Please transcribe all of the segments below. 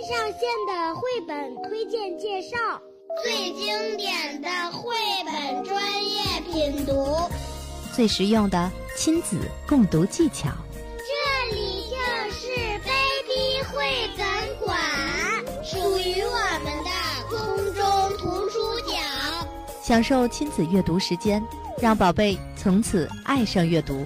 上线的绘本推荐介绍， 最经典的绘本专业品读， 最实用的亲子共读技巧。 这里就是Baby 绘本馆，属于我们的空中图书角。 享受亲子阅读时间，让宝贝从此爱上阅读。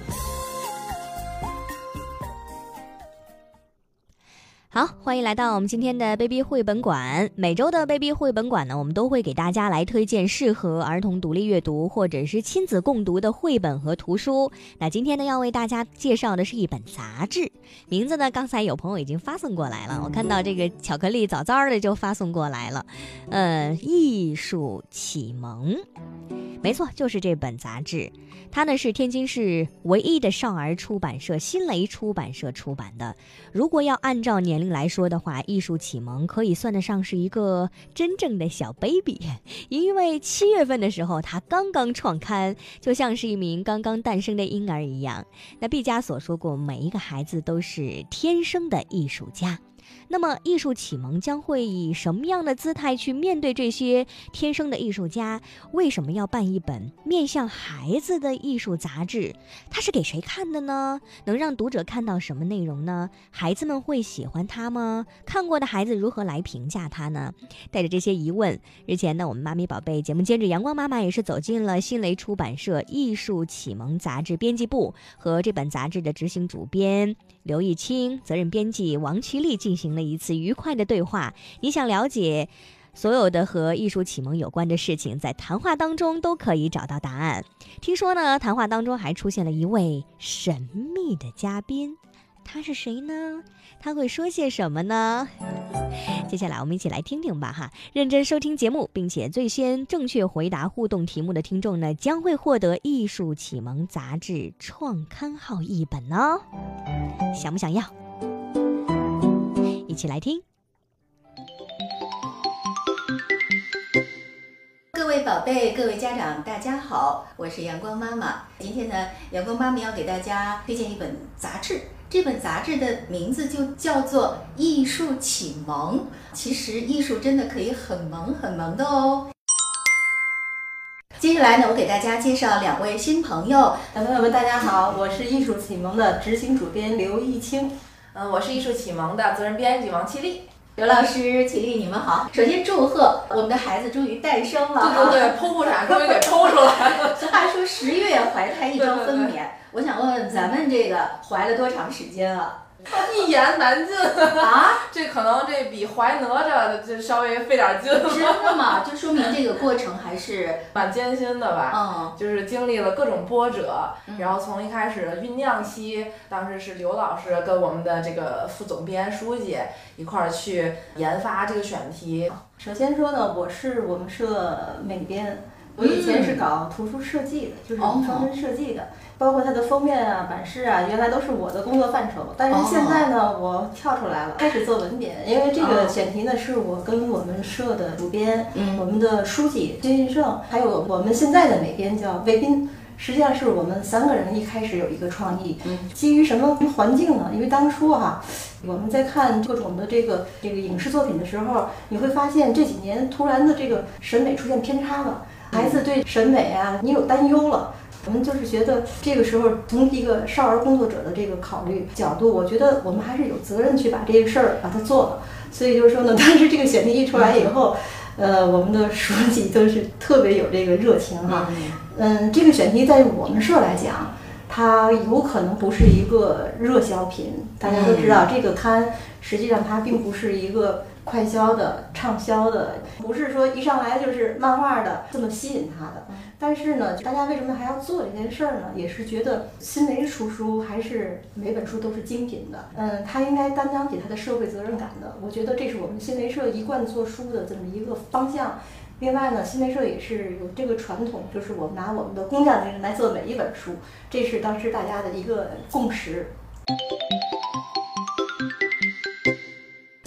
好，欢迎来到我们今天的 Baby 绘本馆。每周的 Baby 绘本馆呢，我们都会给大家来推荐适合儿童独立阅读或者是亲子共读的绘本和图书。那今天呢，要为大家介绍的是一本杂志，名字呢，刚才有朋友已经发送过来了，我看到这个巧克力早早的就发送过来了。艺术启蒙，没错，就是这本杂志。它呢是天津市唯一的少儿出版社新蕾出版社出版的。如果要按照年龄来说的话，艺术启蒙可以算得上是一个真正的小 baby， 因为7月份的时候它刚刚创刊，就像是一名刚刚诞生的婴儿一样。那毕加索说过，每一个孩子都是天生的艺术家。那么艺术启蒙将会以什么样的姿态去面对这些天生的艺术家？为什么要办一本面向孩子的艺术杂志？它是给谁看的呢？能让读者看到什么内容呢？孩子们会喜欢它吗？看过的孩子如何来评价它呢？带着这些疑问，日前呢，我们妈咪宝贝节目监制阳光妈妈也是走进了新蕾出版社艺术启蒙杂志编辑部，和这本杂志的执行主编刘义清、责任编辑王祺丽进行了一次愉快的对话。你想了解所有的和艺术启蒙有关的事情，在谈话当中都可以找到答案。听说呢，谈话当中还出现了一位神秘的嘉宾，他是谁呢？他会说些什么呢？接下来我们一起来听听吧哈！认真收听节目，并且最先正确回答互动题目的听众呢，将会获得艺术启蒙杂志创刊号1本哦。想不想要？一起来听。 各位宝贝，各位家长，大家好，我是阳光妈妈。今天呢，阳光妈妈要给大家推荐一本杂志。这本杂志的名字就叫做《艺术启蒙》。其实艺术真的可以很萌很萌的哦。接下来呢，我给大家介绍2位新朋友。 小朋友们大家好，我是艺术启蒙的执行主编刘义清。 我是艺术启蒙的责任编辑王祺丽。 刘老师、祺丽，你们好！首先祝贺我们的孩子终于诞生了， 对，剖腹产终于给剖出来了。 俗话说10月怀胎一朝分娩，我想问问咱们这个怀了多长时间啊？ 一言难尽啊！ 这可能这比怀哪吒就稍微费点劲。 真的吗？就说明这个过程还是蛮艰辛的吧？就是经历了各种波折，然后从一开始酝酿期，当时是刘老师跟我们的这个副总编书记一块儿去研发这个选题。 首先说呢，我是我们社美编。我以前是搞图书设计的，就是装帧设计的，包括它的封面啊、版式啊，原来都是我的工作范畴。但是现在呢，我跳出来了，开始做文编。因为这个选题呢，是我跟我们社的主编、我们的书记金运胜，还有我们现在的美编叫魏斌。实际上是我们3个人一开始有一个创意，基于什么环境呢？因为当初我们在看各种的这个影视作品的时候，你会发现这几年突然的这个审美出现偏差了。孩子对审美啊，你有担忧了。我们就是觉得这个时候从一个少儿工作者的这个考虑角度，我觉得我们还是有责任去把这个事儿把它做了。所以就是说呢，当时这个选题一出来以后，我们的书记都是特别有这个热情哈。这个选题在我们社来讲，它有可能不是一个热销品。大家都知道，这个刊实际上它并不是一个快销的、畅销的，不是说一上来就是漫画的这么吸引他的。但是呢，大家为什么还要做这件事儿呢？也是觉得新蕾出书还是每本书都是精品的，他应该担当起他的社会责任感的。我觉得这是我们新蕾社一贯做书的这么一个方向。另外呢，新蕾社也是有这个传统，就是我们拿我们的工匠精神来做每一本书，这是当时大家的一个共识。 其实我们的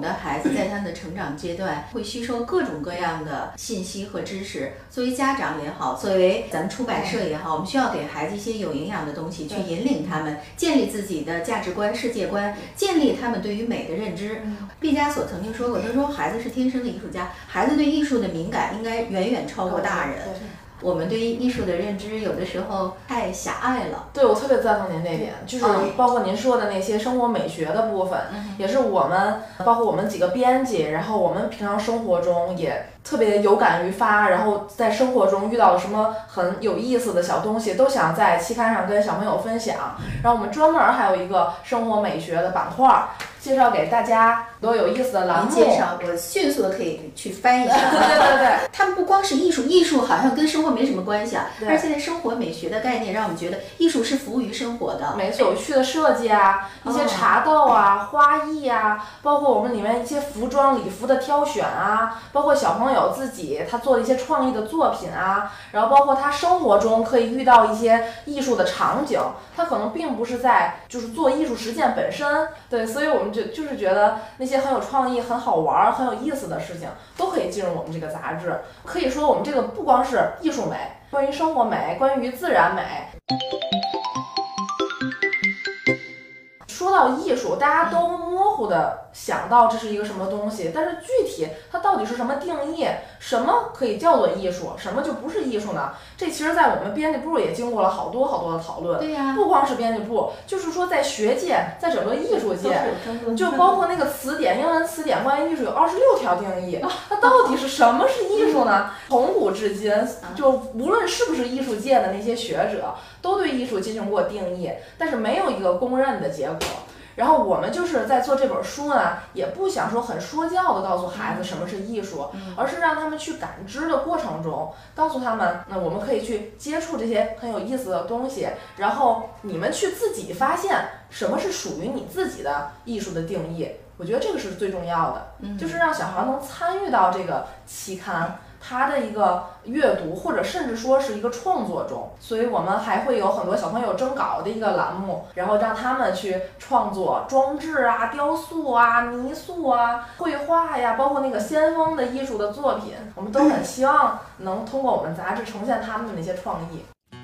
的孩子在他们的成长阶段会吸收各种各样的信息和知识，作为家长也好，作为咱们出版社也好，我们需要给孩子一些有营养的东西，去引领他们建立自己的价值观、世界观，建立他们对于美的认知。毕加索曾经说过，他说孩子是天生的艺术家，孩子对艺术的敏感应该远远超过大人。我们对于艺术的认知有的时候太狭隘了。 对，我特别赞同您这点，就是包括您说的那些生活美学的部分，也是我们包括我们几个编辑，然后我们平常生活中也特别有感于发，然后在生活中遇到了什么很有意思的小东西，都想在期刊上跟小朋友分享。然后我们专门还有一个生活美学的板块，介绍给大家多有意思的栏目。 介绍，我迅速的可以去翻一下。 对， 他们不光是艺术，艺术好像跟生活没什么关系啊。而现在生活美学的概念让我们觉得艺术是服务于生活的。 没错，有趣的设计啊，一些茶道啊、花艺啊，包括我们里面一些服装礼服的挑选啊，包括小朋友自己他做的一些创意的作品啊，然后包括他生活中可以遇到一些艺术的场景，他可能并不是在就是做艺术实践本身。对，所以我们就是觉得那些很有创意、很好玩、很有意思的事情都可以进入我们这个杂志。可以说我们这个不光是艺术美，关于生活美，关于自然美。说到艺术，大家都模糊的想到这是一个什么东西，但是具体它到底是什么定义，什么可以叫做艺术，什么就不是艺术呢？这其实在我们编辑部也经过了好多的讨论。 对呀， 不光是编辑部，就是说在学界，在整个艺术界，就包括那个词典，英文词典关于艺术有26条定义。那到底是什么是艺术呢？从古至今，就无论是不是艺术界的那些学者，都对艺术进行过定义，但是没有一个公认的结果。然后我们就是在做这本书呢，也不想说很说教的告诉孩子什么是艺术，而是让他们去感知的过程中，告诉他们，那我们可以去接触这些很有意思的东西，然后你们去自己发现什么是属于你自己的艺术的定义。我觉得这个是最重要的，就是让小孩能参与到这个期刊他的一个阅读，或者甚至说是一个创作中。所以我们还会有很多小朋友征稿的一个栏目，然后让他们去创作装置啊、雕塑啊、泥塑啊、绘画呀，包括那个先锋的艺术的作品，我们都很希望能通过我们杂志呈现他们的那些创意。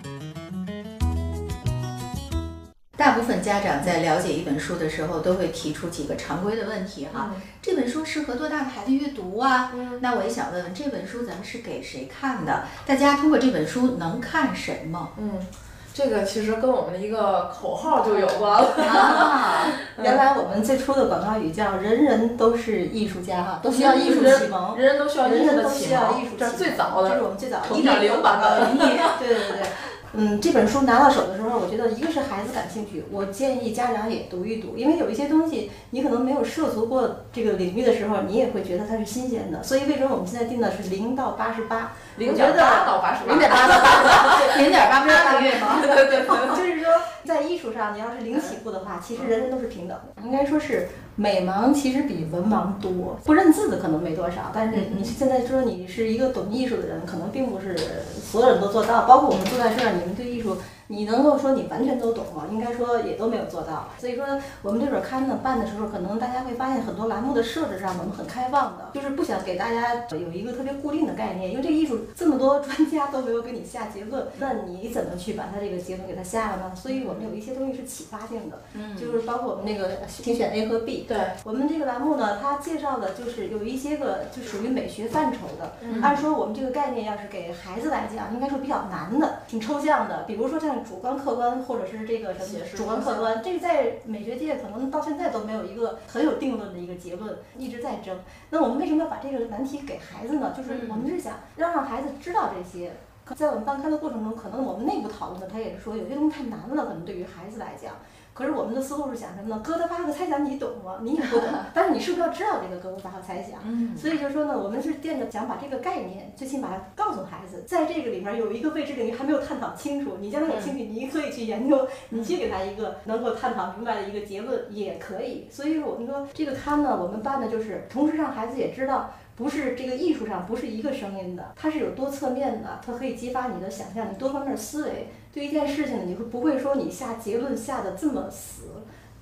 大部分家长在了解一本书的时候，都会提出几个常规的问题哈。这本书适合多大的孩子阅读啊？那我也想问问，这本书咱们是给谁看的？大家通过这本书能看什么？ 这个其实跟我们的一个口号就有关了。 原来我们最初的广告语叫"人人都是艺术家"哈，都需要艺术启蒙， 人人都需要艺术的启蒙，这是最早的， 这是我们最早的 1.0版本。 对。这本书拿到手的时候，我觉得一个是孩子感兴趣，我建议家长也读一读，因为有一些东西你可能没有涉足过这个领域的时候，你也会觉得它是新鲜的。所以为什么我们现在定的是0到88，0.8 到88，0.8 到 88个月吗？ 对，就是说在艺术上，你要是零起步的话，其实人人都是平等的。应该说是美盲其实比文盲多，不认字的可能没多少，但是你现在说你是一个懂艺术的人，可能并不是所有人都做到。包括我们做在这儿，你们对艺术，你能够说你完全都懂吗？应该说也都没有做到。所以说我们这本刊呢办的时候，可能大家会发现很多栏目的设置上我们很开放的，就是不想给大家有一个特别固定的概念，因为这个艺术这么多专家都没有给你下结论，那你怎么去把它这个结论给它下了呢？所以我们有一些东西是启发性的，就是包括我们那个评选 A 和 B。 对， 我们这个栏目呢，它介绍的就是有一些个就属于美学范畴的。按说我们这个概念要是给孩子来讲，应该说比较难的，挺抽象的。比如说像主观、客观，或者是这个什么主观、客观，这个在美学界可能到现在都没有一个很有定论的一个结论，一直在争。那我们为什么要把这个难题给孩子呢？就是我们是想让孩子知道这些。在我们办刊的过程中，可能我们内部讨论的，他也是说有些东西太难了，可能对于孩子来讲。可是我们的思路是想什么呢？哥德巴赫猜想你懂吗？你也不懂，但是你是不是要知道这个哥德巴赫猜想？所以就说呢，我们是垫着想把这个概念，最起码告诉孩子，在这个里面有一个未知领域还没有探讨清楚，你将来有兴趣，你可以去研究，你去给他一个能够探讨明白的一个结论也可以。所以我们说这个刊呢，我们办的就是同时让孩子也知道。不是这个艺术上不是一个声音的，它是有多侧面的，它可以激发你的想象，你多方面思维。对一件事情呢，你会不会说你下结论下的这么死？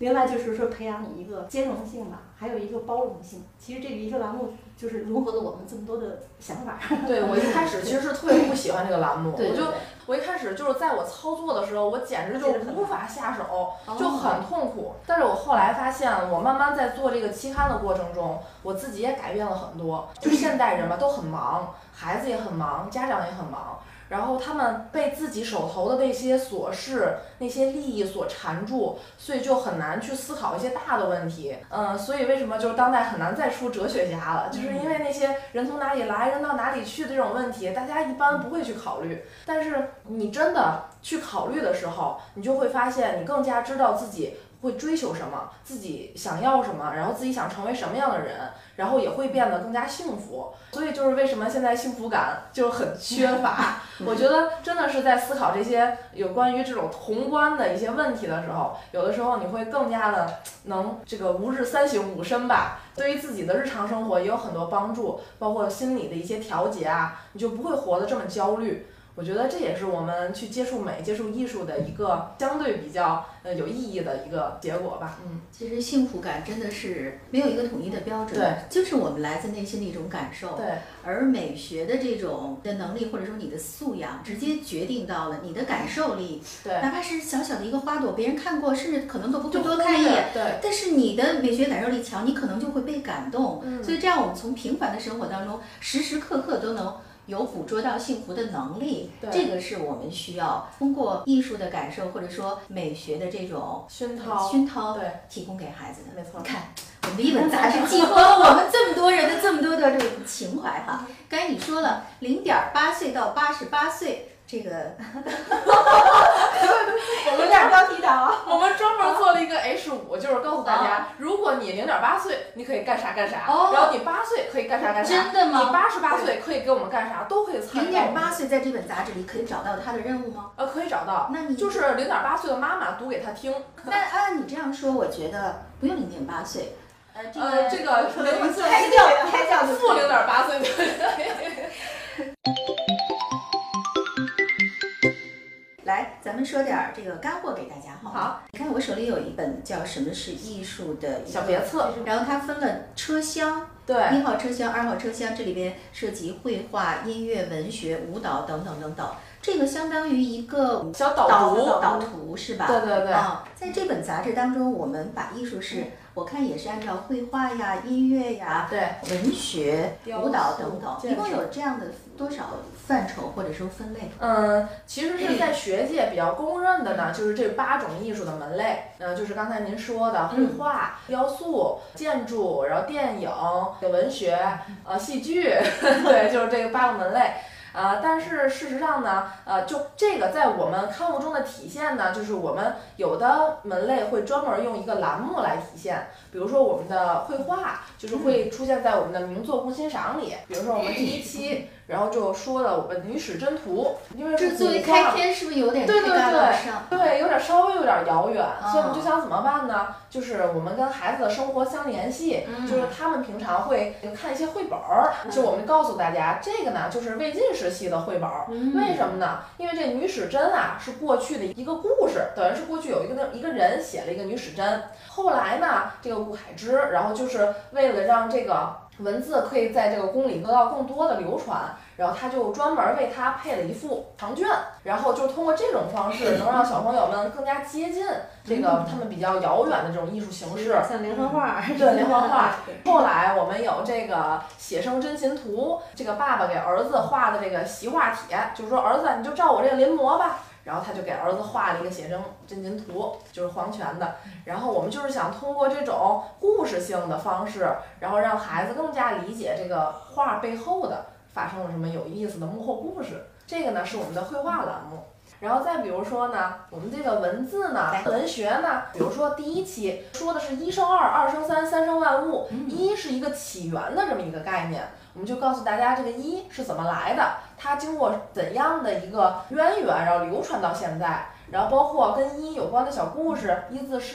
另外就是说培养你一个兼容性吧，还有一个包容性。其实这个一个栏目就是融合了我们这么多的想法。 对，我一开始其实是特别不喜欢这个栏目， 对对对， 我一开始就是在我操作的时候，我简直就无法下手，就很痛苦。但是我后来发现，我慢慢在做这个期刊的过程中，我自己也改变了很多。就现代人嘛，都很忙，孩子也很忙，家长也很忙。然后他们被自己手头的那些琐事、那些利益所缠住，所以就很难去思考一些大的问题。所以为什么就是当代很难再出哲学家了？就是因为那些人从哪里来，人到哪里去的这种问题，大家一般不会去考虑。但是你真的去考虑的时候，你就会发现你更加知道自己会追求什么，自己想要什么，然后自己想成为什么样的人，然后也会变得更加幸福。所以就是为什么现在幸福感就很缺乏。我觉得真的是在思考这些有关于这种宏观的一些问题的时候，有的时候你会更加的能这个吾日三省吾身吧，对于自己的日常生活也有很多帮助，包括心理的一些调节啊，你就不会活得这么焦虑。我觉得这也是我们去接触美、接触艺术的一个相对比较有意义的一个结果吧。 其实幸福感真的是没有一个统一的标准， 对， 就是我们来自内心的一种感受。 对， 而美学的这种的能力或者说你的素养，直接决定到了你的感受力。 对， 哪怕是小小的一个花朵，别人看过，甚至可能都不会多看一眼。 对， 但是你的美学感受力强，你可能就会被感动。所以这样我们从平凡的生活当中，时时刻刻都能有捕捉到幸福的能力，这个是我们需要通过艺术的感受或者说美学的这种熏陶， 对，提供给孩子的。 没错， 你看我们的一本杂志寄托了我们这么多人的这么多的这种情怀哈。刚才你说了0.8岁到88岁。这个， 我们俩标题党，我们专门做了一个 H5，就是告诉大家，如果你0.8岁，你可以干啥干啥，然后你8岁可以干啥干啥， 真的吗？ 你88岁可以给我们干啥，都可以参与。 0.8岁在这本杂志里可以找到他的任务吗？ 可以找到。 那你就是0.8岁的妈妈读给他听。 那按你这样说，我觉得不用0.8岁。 这个胎教负0.8岁对。 来，咱们说点这个干货给大家哈。 好， 你看我手里有一本叫《什么是艺术》的小别册， 然后它分了车厢， 对 ，1号车厢、2号车厢，这里边涉及绘画、音乐、文学、舞蹈等等等等。这个相当于一个小导图是吧？ 对对对。 在这本杂志当中，我们把艺术是，我看也是按照绘画呀、音乐呀、 对、 文学、舞蹈等等，一共有这样的多少范畴或者说分类？ 其实是在学界比较公认的呢，就是这8种艺术的门类，就是刚才您说的绘画、雕塑、建筑，然后电影、文学、戏剧，对，就是这个8个门类。但是事实上呢，就这个在我们刊物中的体现呢，就是我们有的门类会专门用一个栏目来体现，比如说我们的绘画，就是会出现在我们的名作共欣赏里，比如说我们第1期。然后就说了我们女史箴图，因为这作为开篇是不是有点太高大上？ 对，有点稍微有点遥远，所以我们就想怎么办呢？就是我们跟孩子的生活相联系，就是他们平常会看一些绘本儿，就我们告诉大家，这个呢就是魏晋时期的绘本儿，为什么呢？因为这女史箴啊是过去的一个故事，等于是过去有一个人写了一个女史箴，后来呢这个顾恺之，然后就是为了让这个文字可以在这个宫里得到更多的流传，然后他就专门为他配了一副长卷，然后就通过这种方式能让小朋友们更加接近这个他们比较遥远的这种艺术形式， 像连环画， 对，连环画。后来我们有这个写生真琴图，这个爸爸给儿子画的这个习画帖，就是说儿子你就照我这个临摹吧。然后他就给儿子画了一个写生真琴图，就是黄泉的。然后我们就是想通过这种故事性的方式，然后让孩子更加理解这个画背后的发生了什么有意思的幕后故事。这个呢是我们的绘画栏目。然后再比如说呢，我们这个文字呢、文学呢，比如说第1期说的是1生2，2生3，3生万物。1是一个起源的这么一个概念，我们就告诉大家这个1是怎么来的，它经过怎样的一个渊源，然后流传到现在，然后包括跟1有关的小故事、1字诗。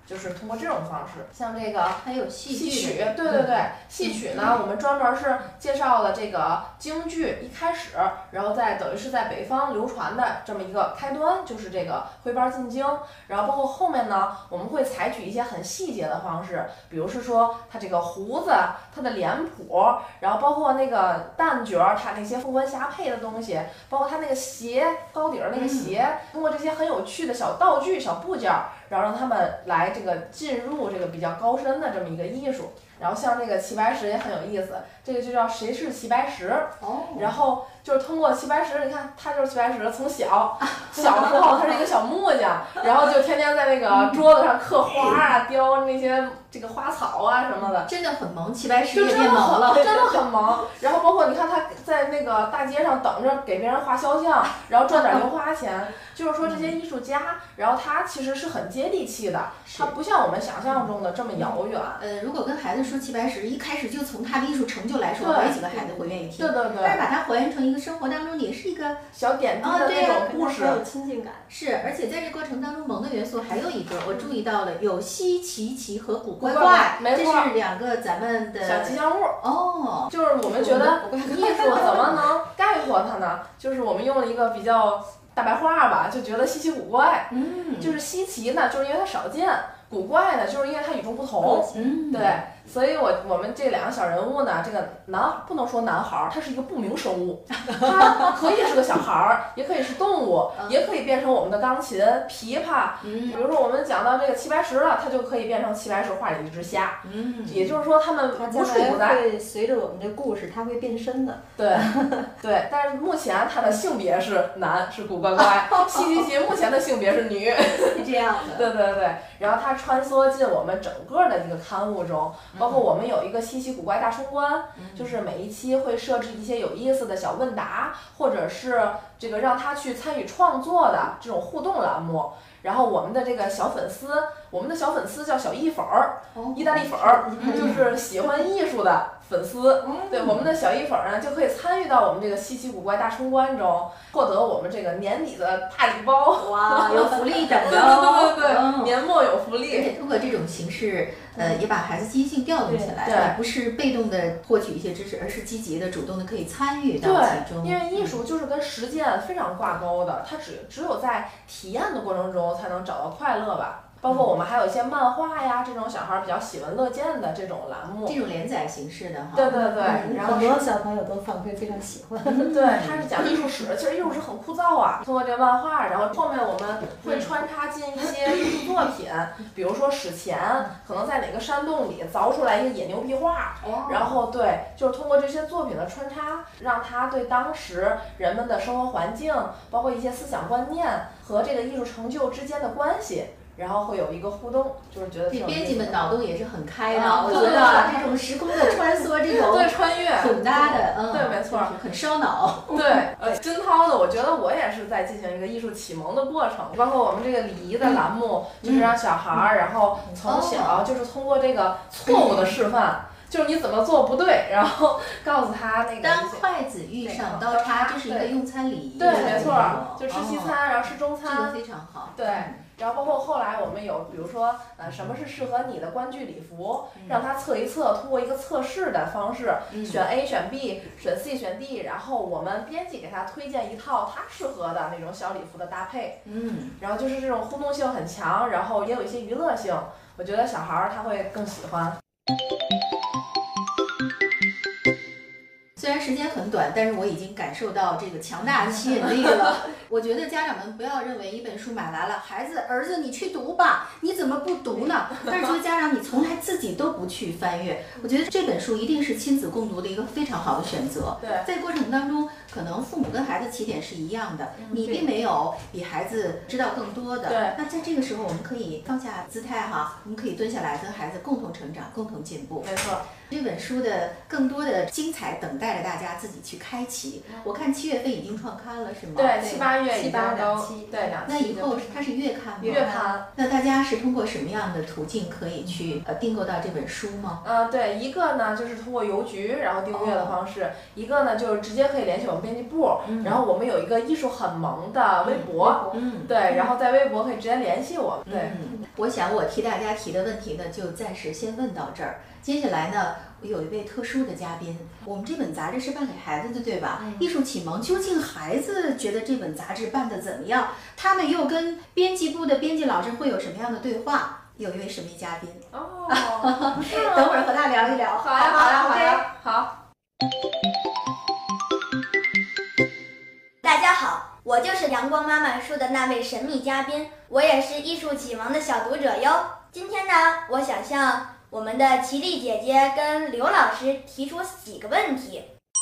就是通过这种方式，像这个还有戏曲，对，戏曲呢，我们专门是介绍了这个京剧一开始，然后等于是在北方流传的这么一个开端，就是这个徽班进京，然后包括后面呢，我们会采取一些很细节的方式，比如是说它这个胡子、它的脸谱，然后包括那个旦角它那些凤冠霞帔的东西，包括它那个鞋高底儿那个鞋，通过这些很有趣的小道具、小部件，然后让他们来这个进入这个比较高深的这么一个艺术。然后像这个齐白石也很有意思，这个就叫谁是齐白石。然后就是通过齐白石，你看他就是齐白石，从小时候他是一个小木匠，然后就天天在那个桌子上刻花啊，雕那些这个花草啊什么的， 真的很萌。齐白石也变萌了， 真的很萌。然后包括你看他在那个大街上等着给别人画肖像，然后赚点零花钱。就是说这些艺术家，然后他其实是很接地气的，他不像我们想象中的这么遥远。 如果跟孩子说齐白石，一开始就从他的艺术成就来说，没几个孩子会愿意听。 对。 但是把它还原成一个生活当中也是一个小点滴的那种故事， 有亲近感。 是，而且在这过程当中，萌的元素还有一个，我注意到了，有稀奇奇和古怪怪，这是两个咱们的小吉祥物。就是我们觉得艺术怎么能概括它呢？就是我们用了一个比较大白话吧，就觉得稀奇古怪。就是稀奇呢，就是因为它少见；古怪呢，就是因为它与众不同。对。所以我们这两个小人物呢，这个不能说男孩，他是一个不明生物，他可以是个小孩，也可以是动物，也可以变成我们的钢琴、琵琶。比如说我们讲到这个齐白石了，他就可以变成齐白石画里一只虾。也就是说他们无处不在。 会随着我们的故事，他会变身的。 对。但是目前他的性别是男，是古怪怪。稀奇目前的性别是女。 是这样的。 对。然后他穿梭进我们整个的一个刊物中。包括我们有一个稀奇古怪大冲关，就是每一期会设置一些有意思的小问答，或者是这个让他去参与创作的这种互动栏目。然后我们的这个小粉丝叫小意粉儿，意大利粉儿，就是喜欢艺术的粉丝。对，我们的小意粉儿呢，就可以参与到我们这个稀奇古怪大冲关中，获得我们这个年底的大礼包。 哇，有福利等着。 对，年末有福利。 而且通过这种形式，也把孩子积极性调动起来，不是被动的获取一些知识，而是积极的、主动的可以参与到其中。 因为艺术就是跟实践非常挂钩的，它只有在体验的过程中才能找到快乐吧。包括我们还有一些漫画呀，这种小孩比较喜闻乐见的这种栏目， 这种连载形式的哈。 对，然后很多小朋友都反馈非常喜欢。 对，它是讲艺术史，其实艺术史很枯燥啊。通过这个漫画，然后后面我们会穿插进一些艺术作品，比如说史前可能在哪个山洞里凿出来一个野牛壁画，然后就是通过这些作品的穿插，让他对当时人们的生活环境，包括一些思想观念和这个艺术成就之间的关系。然后会有一个互动，就是觉得挺有意思的。 编辑们脑洞也是很开的，我觉得这种时空的穿梭，这种穿越混搭的， 对，没错， 很烧脑。 对，金涛的，我觉得我也是在进行一个艺术启蒙的过程，包括我们这个礼仪的栏目，就是让小孩儿，然后从小就是通过这个错误的示范。就是你怎么做不对，然后告诉他那个。 当筷子遇上刀叉，这是一个用餐礼仪。 对，没错，就吃西餐，然后吃中餐。 这个非常好。 对，然后包括后来我们有，比如说什么是适合你的官剧礼服，让他测一测，通过一个测试的方式，选 A 选 B 选 C 选 D， 然后我们编辑给他推荐一套他适合的那种小礼服的搭配。然后就是这种互动性很强，然后也有一些娱乐性，我觉得小孩儿他会更喜欢。 虽然时间很短，但是我已经感受到这个强大的吸引力了。我觉得家长们不要认为一本书买来了，儿子你去读吧，你怎么不读呢？但是作为家长，你从来自己都不去翻阅，我觉得这本书一定是亲子共读的一个非常好的选择。 对， 在过程当中，可能父母跟孩子起点是一样的，你并没有比孩子知道更多的。 对， 那在这个时候，我们可以放下姿态哈，我们可以蹲下来跟孩子共同成长，共同进步。 没错。 这本书的更多的精彩等待着大家自己去开启。我看7月份已经创刊了，是吗？ 对，7、8月已经都对2期。 那以后它是月刊吗？ 月刊。 那大家是通过什么样的途径可以去订购到这本书吗？ 对，一个呢就是通过邮局然后订阅的方式，一个呢就是直接可以联系我们编辑部，然后我们有一个艺术很萌的微博，对，然后在微博可以直接联系我们。对， 我想我替大家提的问题呢，就暂时先问到这儿。接下来呢，我有一位特殊的嘉宾。我们这本杂志是办给孩子的，对吧？艺术启蒙，究竟孩子觉得这本杂志办得怎么样？他们又跟编辑部的编辑老师会有什么样的对话？有一位神秘嘉宾哦， 等会儿和他聊一聊。 好呀，好呀，好呀，好。 大家好，我就是阳光妈妈说的那位神秘嘉宾，我也是艺术启蒙的小读者哟。今天呢，我想向我们的齐丽姐姐跟刘老师提出几个问题。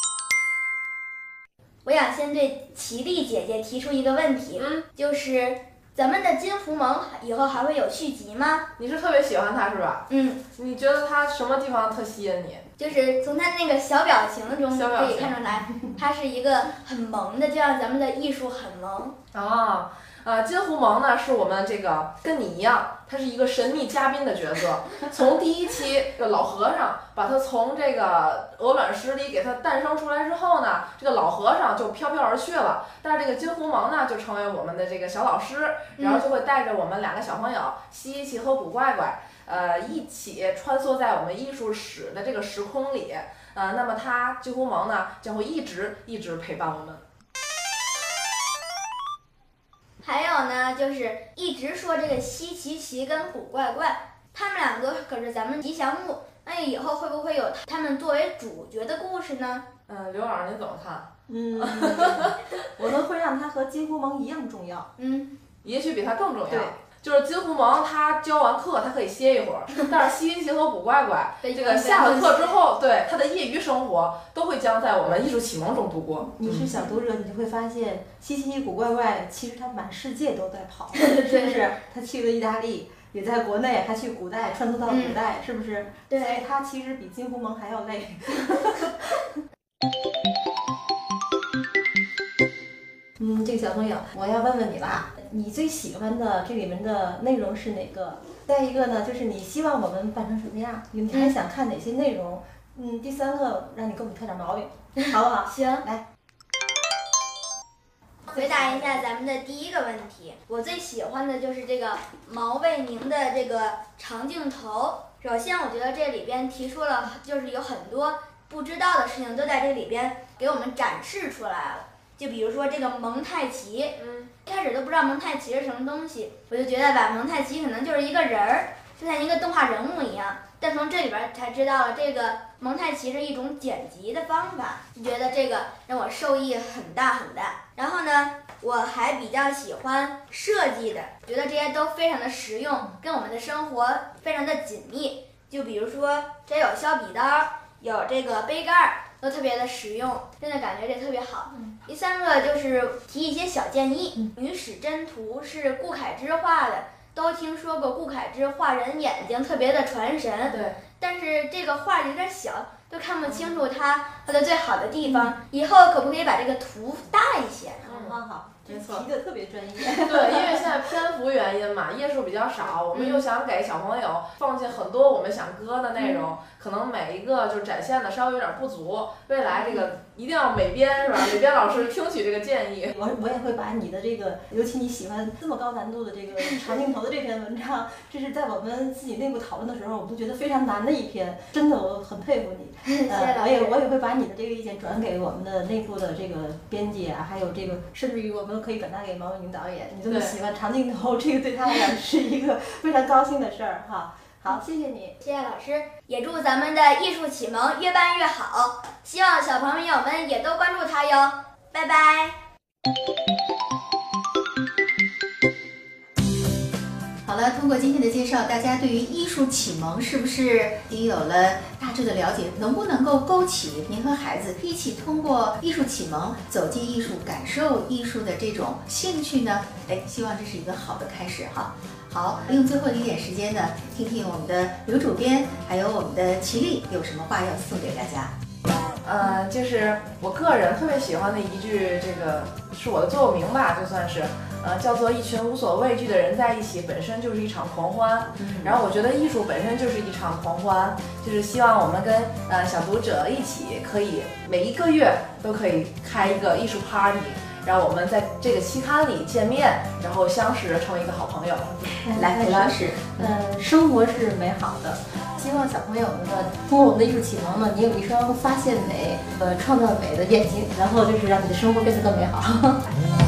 我想先对齐丽姐姐提出一个问题，就是咱们的金狐盟以后还会有续集吗？ 你是特别喜欢他是吧？你觉得他什么地方特吸引你？ 就是从他那个小表情中可以看出来，他是一个很萌的，就像咱们的艺术很萌。 金狐盟呢是我们这个跟你一样，他是一个神秘嘉宾的角色。从第一期这个老和尚把他从这个鹅卵石里给他诞生出来之后呢，这个老和尚就飘飘而去了。但是这个金狐盟呢就成为我们的这个小老师，然后就会带着我们2个小朋友西西和古怪怪，一起穿梭在我们艺术史的这个时空里。那么他金狐盟呢将会一直陪伴我们。 还有呢，就是一直说这个西奇奇跟古怪怪，他们2个可是咱们吉祥物，那以后会不会有他们作为主角的故事呢？ 刘老师您怎么看？ 我们会让它和金狐盟一样重要。 也许比它更重要。 对。 就是金狐盟，他教完课他可以歇一会儿，但是西西和古怪怪这个下了课之后，对他的业余生活都会将在我们艺术启蒙中度过。 你是小读者，你就会发现西西古怪怪其实他满世界都在跑，是不是？他去了意大利，也在国内，还去古代穿梭到古代，是不是？ 对， 所以他其实比金狐盟还要累。这个小朋友，我要问问你吧，你最喜欢的这里面的内容是哪个？再一个呢，就是你希望我们办成什么样？你还想看哪些内容？第3个让你给我们挑点毛病，好不好？ 行， 来。 回答一下咱们的第一个问题，我最喜欢的就是这个毛卫宁的这个长镜头。首先，我觉得这里边提出了，就是有很多不知道的事情都在这里边给我们展示出来了。就比如说这个蒙太奇，一开始都不知道蒙太奇是什么东西，我就觉得吧，蒙太奇可能就是一个人儿，就像一个动画人物一样。但从这里边才知道了，这个蒙太奇是一种剪辑的方法，就觉得这个让我受益很大很大。然后呢，我还比较喜欢设计的，觉得这些都非常的实用，跟我们的生活非常的紧密。就比如说这有削笔刀，有这个杯盖，都特别的实用，真的感觉这特别好。第3个就是提一些小建议，女史箴图是顾恺之画的，都听说过顾恺之画人眼睛特别的传神， 对， 但是这个画有点小，都看不清楚它的最好的地方。以后可不可以把这个图大一些？ 好， 没错， 提的特别专业。 对，因为现在篇幅原因嘛，页数比较少，我们又想给小朋友放进很多我们想搁的内容，可能每一个就展现的稍微有点不足。未来这个一定要美编是吧？美编老师听取这个建议。 我也会把你的这个，尤其你喜欢这么高难度的这个长镜头的这篇文章，这是在我们自己内部讨论的时候，我们都觉得非常难的一篇，真的我很佩服你。我也会把你的这个意见转给我们的内部的这个编辑啊，还有这个甚至于我们可以转达给毛卫宁导演。你这么喜欢长镜头，这个对他来讲是一个非常高兴的事儿哈。好，谢谢你， 谢谢老师，也祝咱们的艺术启蒙越办越好，希望小朋友们也都关注它哟，拜拜。 好了，通过今天的介绍，大家对于艺术启蒙是不是已经有了大致的了解？能不能够勾起您和孩子一起通过艺术启蒙走进艺术、感受艺术的这种兴趣呢？希望这是一个好的开始哈。好，利用最后的一点时间呢，听听我们的刘主编还有我们的齐丽有什么话要送给大家。 就是我个人特别喜欢的一句，这个是我的座右铭吧，就算是，叫做一群无所畏惧的人在一起，本身就是一场狂欢。然后我觉得艺术本身就是一场狂欢，就是希望我们跟小读者一起，可以每一个月都可以开一个艺术 party， 让我们在这个期刊里见面，然后相识，成为一个好朋友。 来，裴老师， 生活是美好的，希望小朋友们呢，通过我们的艺术启蒙呢，你有一双发现美、创造美的眼睛，然后就是让你的生活变得更美好。